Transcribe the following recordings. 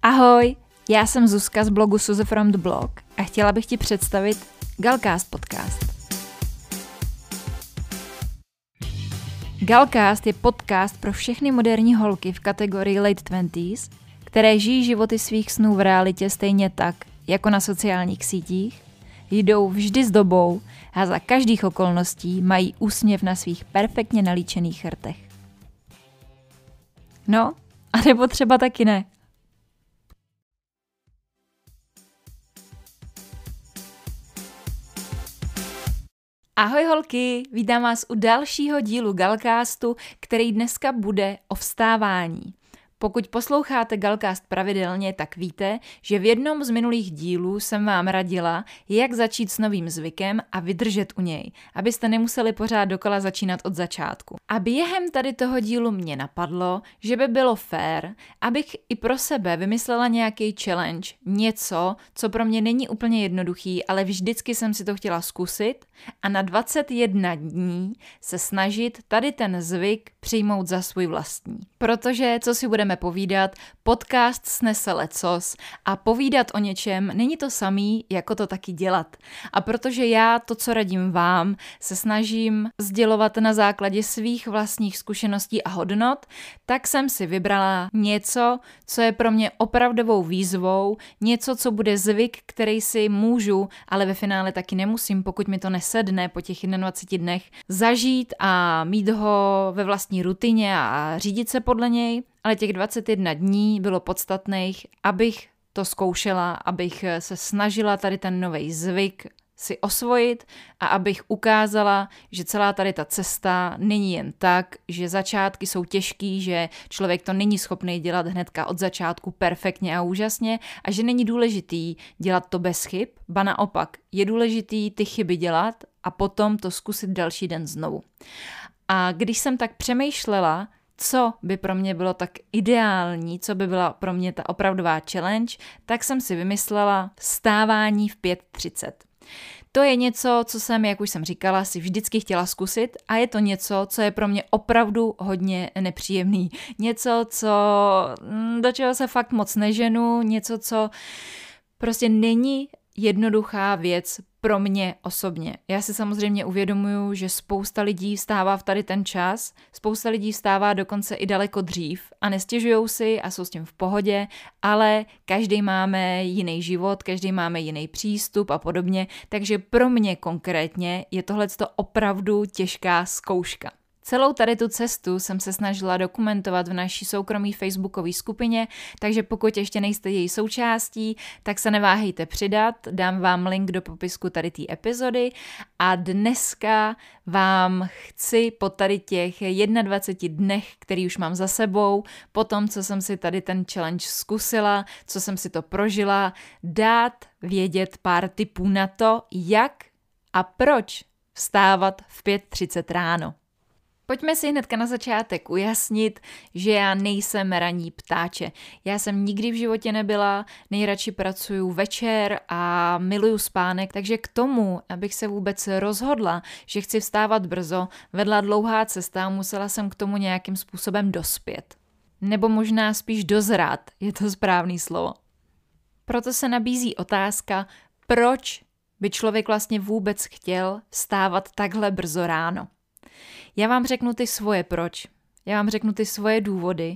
Ahoj, já jsem Zuzka z blogu Suze from the blog a chtěla bych ti představit Galcast podcast. Galcast je podcast pro všechny moderní holky v kategorii late 20s, které žijí životy svých snů v realitě stejně tak, jako na sociálních sítích, jdou vždy s dobou a za každých okolností mají úsměv na svých perfektně nalíčených rtech. No, anebo třeba taky ne. Ahoj holky, vítám vás u dalšího dílu Galcastu, který dneska bude o vstávání. Pokud posloucháte Galcast pravidelně, tak víte, že v jednom z minulých dílů jsem vám radila, jak začít s novým zvykem a vydržet u něj, abyste nemuseli pořád dokola začínat od začátku. A během tady toho dílu mě napadlo, že by bylo fér, abych i pro sebe vymyslela nějaký challenge, něco, co pro mě není úplně jednoduchý, ale vždycky jsem si to chtěla zkusit a na 21 dní se snažit tady ten zvyk přijmout za svůj vlastní. Protože, co si budeme povídat, podcast snese lecos a povídat o něčem není to samý, jako to taky dělat. A protože já to, co radím vám, se snažím sdělovat na základě svých vlastních zkušeností a hodnot, tak jsem si vybrala něco, co je pro mě opravdovou výzvou, něco, co bude zvyk, který si můžu, ale ve finále taky nemusím, pokud mi to nesedne po těch 21 dnech, zažít a mít ho ve vlastní rutině a řídit se podle něj, ale těch 21 dní bylo podstatných, abych to zkoušela, abych se snažila tady ten nový zvyk si osvojit a abych ukázala, že celá tady ta cesta není jen tak, že začátky jsou těžký, že člověk to není schopný dělat hnedka od začátku perfektně a úžasně a že není důležitý dělat to bez chyb, ba naopak, je důležitý ty chyby dělat a potom to zkusit další den znovu. A když jsem tak přemýšlela, co by pro mě bylo tak ideální, co by byla pro mě ta opravdová challenge, tak jsem si vymyslela vstávání v 5:30. To je něco, co jsem, jak už jsem říkala, si vždycky chtěla zkusit a je to něco, co je pro mě opravdu hodně nepříjemný. Něco, do čeho se fakt moc neženu, něco, co prostě není jednoduchá věc pro mě osobně. Já si samozřejmě uvědomuju, že spousta lidí vstává v tady ten čas, spousta lidí vstává dokonce i daleko dřív a nestěžujou si a jsou s tím v pohodě, ale každý máme jiný život, každý máme jiný přístup a podobně, takže pro mě konkrétně je tohleto opravdu těžká zkouška. Celou tady tu cestu jsem se snažila dokumentovat v naší soukromé facebookové skupině, takže pokud ještě nejste její součástí, tak se neváhejte přidat, dám vám link do popisku tady té epizody a dneska vám chci po tady těch 21 dnech, který už mám za sebou, po tom, co jsem si tady ten challenge zkusila, co jsem si to prožila, dát vědět pár tipů na to, jak a proč vstávat v 5:30 ráno. Pojďme si hnedka na začátek ujasnit, že já nejsem ranní ptáče. Já jsem nikdy v životě nebyla, nejradši pracuju večer a miluju spánek, takže k tomu, abych se vůbec rozhodla, že chci vstávat brzo, vedla dlouhá cesta a musela jsem k tomu nějakým způsobem dospět. Nebo možná spíš dozrát, je to správný slovo. Proto se nabízí otázka, proč by člověk vlastně vůbec chtěl vstávat takhle brzo ráno. Já vám řeknu ty svoje proč, já vám řeknu ty svoje důvody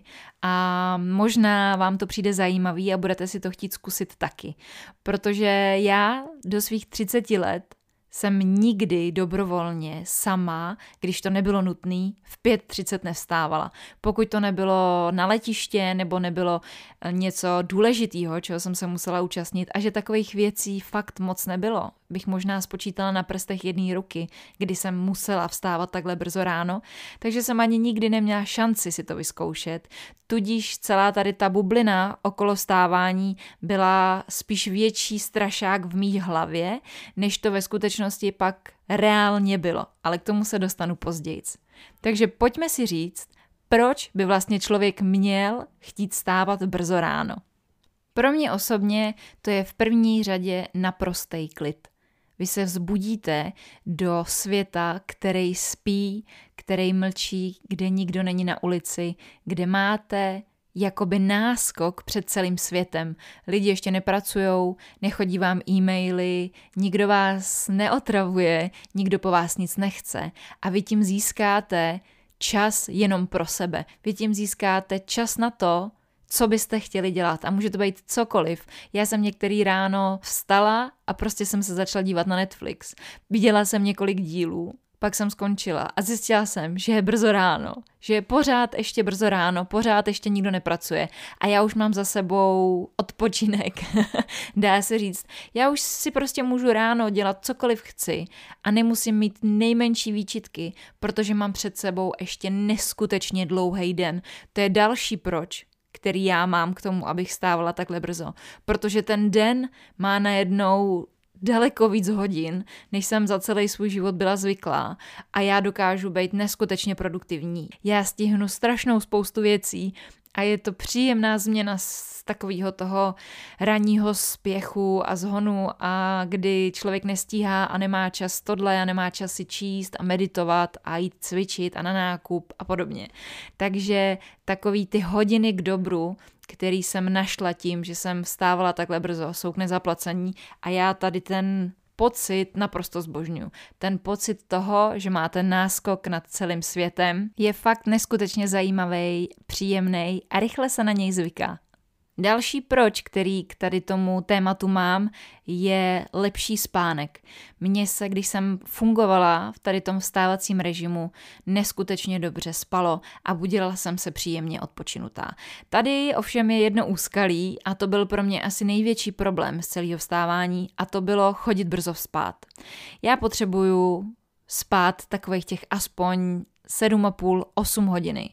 a možná vám to přijde zajímavý a budete si to chtít zkusit taky. Protože já do svých 30 let jsem nikdy dobrovolně sama, když to nebylo nutné, v 5:30 nevstávala. Pokud to nebylo na letiště nebo nebylo něco důležitého, čeho jsem se musela účastnit a že takových věcí fakt moc nebylo. Bych možná spočítala na prstech jedné ruky, kdy jsem musela vstávat takhle brzo ráno, takže jsem ani nikdy neměla šanci si to vyzkoušet. Tudíž celá tady ta bublina okolo vstávání byla spíš větší strašák v mý hlavě, než to ve skutečnosti pak reálně bylo. Ale k tomu se dostanu později. Takže pojďme si říct, proč by vlastně člověk měl chtít vstávat brzo ráno. Pro mě osobně to je v první řadě naprostý klid. Vy se vzbudíte do světa, který spí, který mlčí, kde nikdo není na ulici, kde máte jakoby náskok před celým světem. Lidi ještě nepracujou, nechodí vám e-maily, nikdo vás neotravuje, nikdo po vás nic nechce a vy tím získáte čas jenom pro sebe. Vy tím získáte čas na to, co byste chtěli dělat a může to být cokoliv. Já jsem některý ráno vstala a prostě jsem se začala dívat na Netflix. Viděla jsem několik dílů, pak jsem skončila a zjistila jsem, že je brzo ráno, že je pořád ještě brzo ráno, pořád ještě nikdo nepracuje a já už mám za sebou odpočinek, dá se říct. Já už si prostě můžu ráno dělat cokoliv chci a nemusím mít nejmenší výčitky, protože mám před sebou ještě neskutečně dlouhý den. To je další proč, který já mám k tomu, abych stávala takhle brzo. Protože ten den má najednou daleko víc hodin, než jsem za celý svůj život byla zvyklá a já dokážu být neskutečně produktivní. Já stihnu strašnou spoustu věcí a je to příjemná změna z takového toho ranního spěchu a zhonu a kdy člověk nestíhá a nemá čas tohle a nemá čas si číst a meditovat a jít cvičit a na nákup a podobně. Takže takový ty hodiny k dobru, který jsem našla tím, že jsem vstávala takhle brzo, jsou k nezaplacení a já tady ten pocit naprosto zbožňuju. Ten pocit toho, že máte náskok nad celým světem, je fakt neskutečně zajímavý, příjemný a rychle se na něj zvyká. Další proč, který k tady tomu tématu mám, je lepší spánek. Mně se, když jsem fungovala v tady tom vstávacím režimu, neskutečně dobře spalo a budila jsem se příjemně odpočinutá. Tady ovšem je jedno úskalí a to byl pro mě asi největší problém z celého vstávání a to bylo chodit brzo spát. Já potřebuju spát takových těch aspoň 7,5-8 hodiny.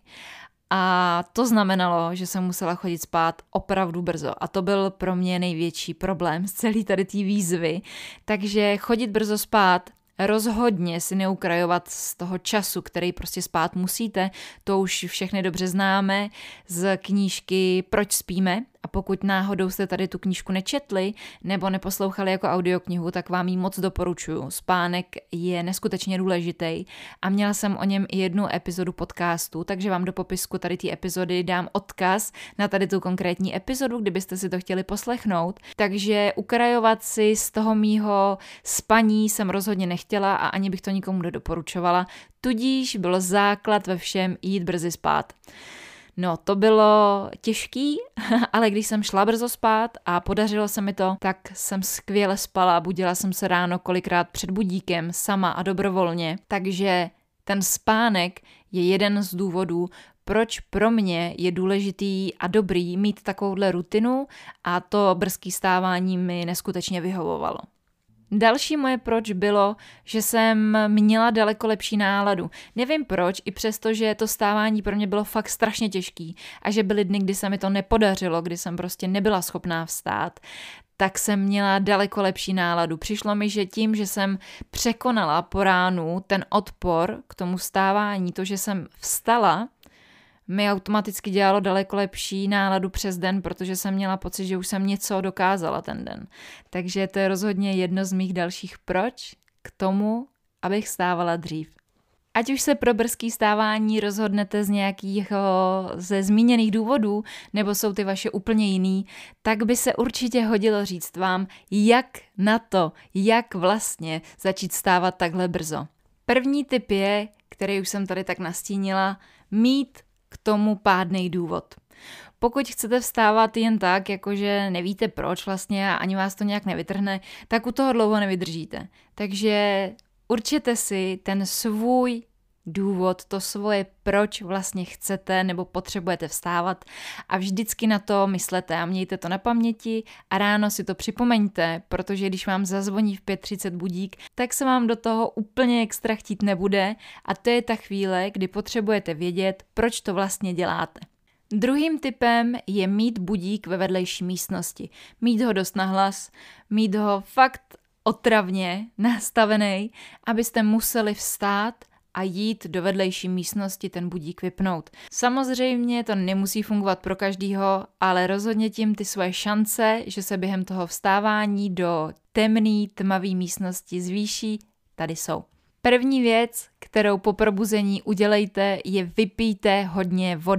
A to znamenalo, že jsem musela chodit spát opravdu brzo. A to byl pro mě největší problém z celé tady té výzvy. Takže chodit brzo spát, rozhodně si neukrajovat z toho času, který prostě spát musíte. To už všechny dobře známe z knížky Proč spíme. A pokud náhodou jste tady tu knížku nečetli nebo neposlouchali jako audioknihu, tak vám ji moc doporučuju. Spánek je neskutečně důležitý a měla jsem o něm i jednu epizodu podcastu, takže vám do popisku tady té epizody dám odkaz na tady tu konkrétní epizodu, kdybyste si to chtěli poslechnout. Takže ukrajovat si z toho mýho spaní jsem rozhodně nechtěla a ani bych to nikomu nedoporučovala, tudíž byl základ ve všem jít brzy spát. No, to bylo těžký, ale když jsem šla brzo spát a podařilo se mi to, tak jsem skvěle spala, budila jsem se ráno kolikrát před budíkem sama a dobrovolně, takže ten spánek je jeden z důvodů, proč pro mě je důležitý a dobrý mít takovouhle rutinu a to brzký stávání mi neskutečně vyhovovalo. Další moje proč bylo, že jsem měla daleko lepší náladu. Nevím proč, i přesto, že to stávání pro mě bylo fakt strašně těžký a že byly dny, kdy se mi to nepodařilo, kdy jsem prostě nebyla schopná vstát, tak jsem měla daleko lepší náladu. Přišlo mi, že tím, že jsem překonala po ránu ten odpor k tomu stávání, to, že jsem vstala, mi automaticky dělalo daleko lepší náladu přes den, protože jsem měla pocit, že už jsem něco dokázala ten den. Takže to je rozhodně jedno z mých dalších proč k tomu, abych vstávala dřív. Ať už se pro brzký stávání rozhodnete z nějakého ze zmíněných důvodů, nebo jsou ty vaše úplně jiný, tak by se určitě hodilo říct vám, jak na to, jak vlastně začít vstávat takhle brzo. První tip je, který už jsem tady tak nastínila, mít k tomu pádnej důvod. Pokud chcete vstávat jen tak, jakože nevíte proč vlastně a ani vás to nějak nevytrhne, tak u toho dlouho nevydržíte. Takže určete si ten svůj důvod, to svoje proč vlastně chcete nebo potřebujete vstávat a vždycky na to myslete a mějte to na paměti a ráno si to připomeňte, protože když vám zazvoní v 5:30 budík, tak se vám do toho úplně extra chtít nebude a to je ta chvíle, kdy potřebujete vědět, proč to vlastně děláte. Druhým tipem je mít budík ve vedlejší místnosti. Mít ho dost nahlas, mít ho fakt otravně nastavený, abyste museli vstát a jít do vedlejší místnosti ten budík vypnout. Samozřejmě to nemusí fungovat pro každýho, ale rozhodně tím ty svoje šance, že se během toho vstávání do temné, tmavé místnosti zvýší, tady jsou. První věc, kterou po probuzení udělejte, je vypijte hodně vody.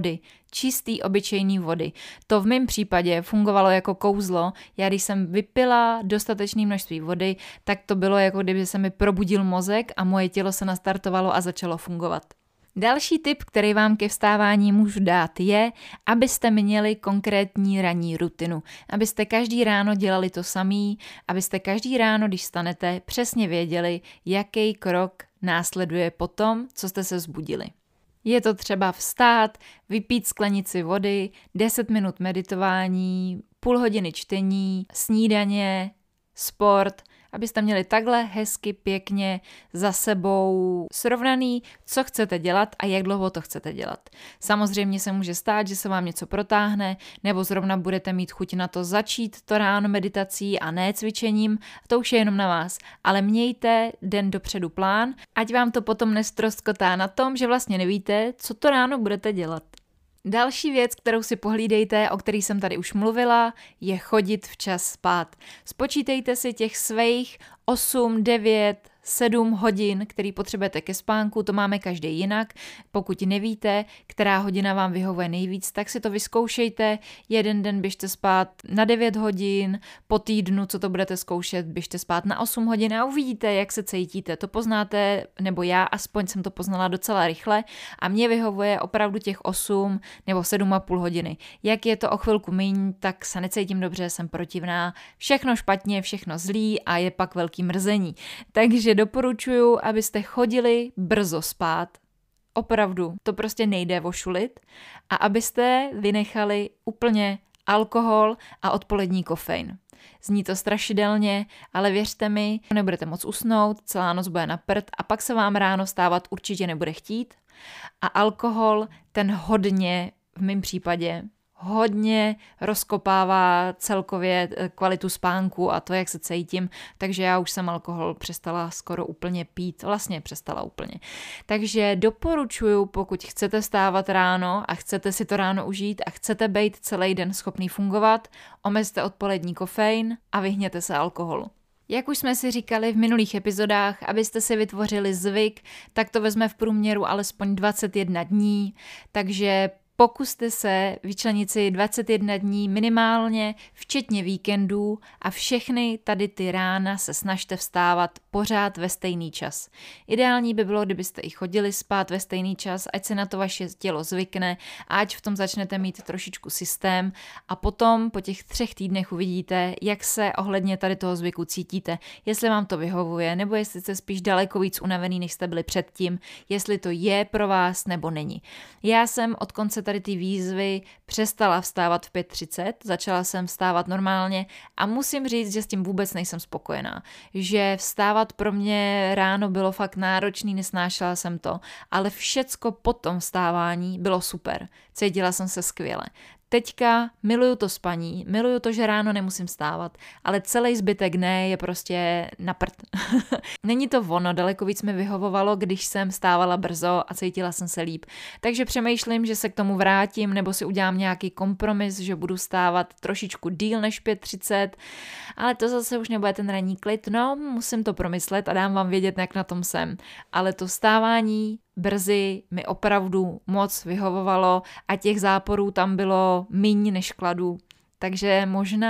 čistý obyčejný vody. To v mém případě fungovalo jako kouzlo. Já když jsem vypila dostatečné množství vody, tak to bylo jako kdyby se mi probudil mozek a moje tělo se nastartovalo a začalo fungovat. Další tip, který vám ke vstávání můžu dát, je, abyste měli konkrétní ranní rutinu. Abyste každý ráno dělali to samý, abyste každý ráno, když stanete, přesně věděli, jaký krok následuje po tom, co jste se vzbudili. Je to třeba vstát, vypít sklenici vody, 10 minut meditování, půl hodiny čtení, snídaně, sport, abyste měli takhle hezky, pěkně za sebou srovnaný, co chcete dělat a jak dlouho to chcete dělat. Samozřejmě se může stát, že se vám něco protáhne, nebo zrovna budete mít chuť na to začít to ráno meditací a ne cvičením, to už je jenom na vás. Ale mějte den dopředu plán, ať vám to potom nestroskotá na tom, že vlastně nevíte, co to ráno budete dělat. Další věc, kterou si pohlídejte, o který jsem tady už mluvila, je chodit včas spát. Spočítejte si těch svých 8, 9, 7 hodin, který potřebujete ke spánku, to máme každý jinak. Pokud nevíte, která hodina vám vyhovuje nejvíc, tak si to vyzkoušejte. Jeden den běžte spát na 9 hodin, po týdnu, co to budete zkoušet, běžte spát na 8 hodin a uvidíte, jak se cítíte. To poznáte, nebo já aspoň jsem to poznala docela rychle a mě vyhovuje opravdu těch 8 nebo 7,5 hodiny. Jak je to o chvilku míň, tak se necítím dobře, jsem protivná, všechno špatně, všechno zlý a je pak velký mrzení. Takže doporučuju, abyste chodili brzo spát. Opravdu, to prostě nejde ošulit. A abyste vynechali úplně alkohol a odpolední kofein. Zní to strašidelně, ale věřte mi, nebudete moc usnout, celá noc bude na prd a pak se vám ráno stávat určitě nebude chtít. A alkohol, ten hodně, v mém případě, hodně rozkopává celkově kvalitu spánku a to, jak se cítím, takže já už jsem alkohol přestala skoro úplně pít, vlastně přestala úplně. Takže doporučuju, pokud chcete stávat ráno a chcete si to ráno užít a chcete být celý den schopný fungovat, omezte odpolední kofein a vyhněte se alkoholu. Jak už jsme si říkali v minulých epizodách, abyste si vytvořili zvyk, tak to vezme v průměru alespoň 21 dní, takže pokuste se vyčlenit si 21 dní minimálně, včetně víkendů a všechny tady ty rána se snažte vstávat pořád ve stejný čas. Ideální by bylo, kdybyste i chodili spát ve stejný čas, ať se na to vaše tělo zvykne a ať v tom začnete mít trošičku systém a potom po těch 3 týdnech uvidíte, jak se ohledně tady toho zvyku cítíte, jestli vám to vyhovuje, nebo jestli jste spíš daleko víc unavený, než jste byli předtím, jestli to je pro vás nebo není. Já jsem od konce tady ty výzvy přestala vstávat v 5:30, začala jsem vstávat normálně a musím říct, že s tím vůbec nejsem spokojená. Že vstávat pro mě ráno bylo fakt náročný, nesnášela jsem to, ale všecko po tom vstávání bylo super. Cítila jsem se skvěle. Teďka miluju to spaní, miluju to, že ráno nemusím vstávat, ale celý zbytek dne je prostě na prd. Není to ono, daleko víc mi vyhovovalo, když jsem vstávala brzo a cítila jsem se líp. Takže přemýšlím, že se k tomu vrátím nebo si udělám nějaký kompromis, že budu vstávat trošičku díl než 5:30, ale to zase už nebude ten ranní klid, no musím to promyslet a dám vám vědět, jak na tom jsem. Ale to vstávání brzy mi opravdu moc vyhovovalo a těch záporů tam bylo míň než kladů. Takže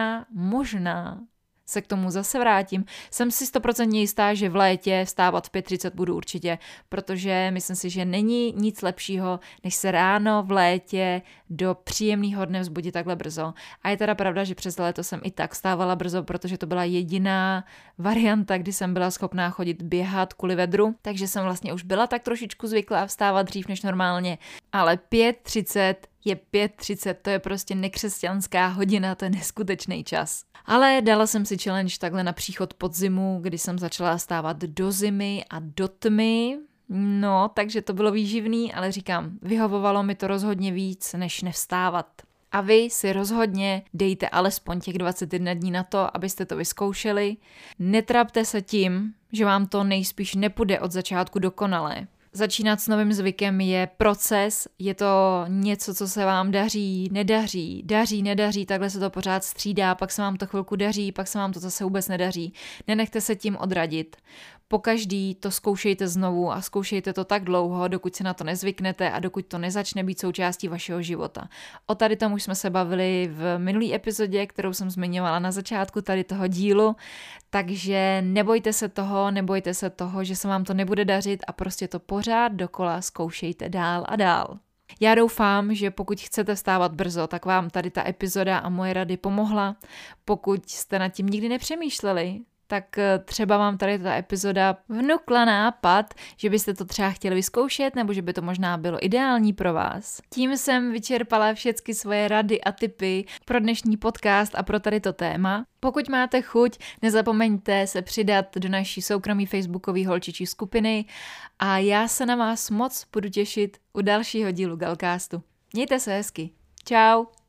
možná se k tomu zase vrátím. Jsem si 100% jistá, že v létě vstávat v 5:30 budu určitě, protože myslím si, že není nic lepšího, než se ráno v létě do příjemného dne vzbudit takhle brzo. A je teda pravda, že přes léto jsem i tak vstávala brzo, protože to byla jediná varianta, kdy jsem byla schopná chodit běhat kvůli vedru, takže jsem vlastně už byla tak trošičku zvyklá vstávat dřív než normálně. Ale 5:30 je 5:30, to je prostě nekřesťanská hodina, to je neskutečný čas. Ale dala jsem si challenge takhle na příchod podzimu, kdy jsem začala stávat do zimy a do tmy. No, takže to bylo výživný, ale říkám, vyhovovalo mi to rozhodně víc, než nevstávat. A vy si rozhodně dejte alespoň těch 21 dní na to, abyste to vyzkoušeli. Netrapte se tím, že vám to nejspíš nepůjde od začátku dokonale. Začínat s novým zvykem je proces, je to něco, co se vám daří, nedaří, takhle se to pořád střídá, pak se vám to chvilku daří, pak se vám to zase vůbec nedaří. Nenechte se tím odradit. pokaždý to zkoušejte znovu a zkoušejte to tak dlouho, dokud si na to nezvyknete a dokud to nezačne být součástí vašeho života. O tady tom už jsme se bavili v minulý epizodě, kterou jsem zmiňovala na začátku tady toho dílu, takže nebojte se toho, že se vám to nebude dařit a prostě to pořád dokola zkoušejte dál a dál. Já doufám, že pokud chcete vstávat brzo, tak vám tady ta epizoda a moje rady pomohla. Pokud jste nad tím nikdy nepřemýšleli, tak třeba vám tady ta epizoda vnukla nápad, že byste to třeba chtěli vyzkoušet, nebo že by to možná bylo ideální pro vás. Tím jsem vyčerpala všechny svoje rady a tipy pro dnešní podcast a pro tady to téma. Pokud máte chuť, nezapomeňte se přidat do naší soukromé facebookové holčičí skupiny a já se na vás moc budu těšit u dalšího dílu Galcastu. Mějte se hezky. Čau.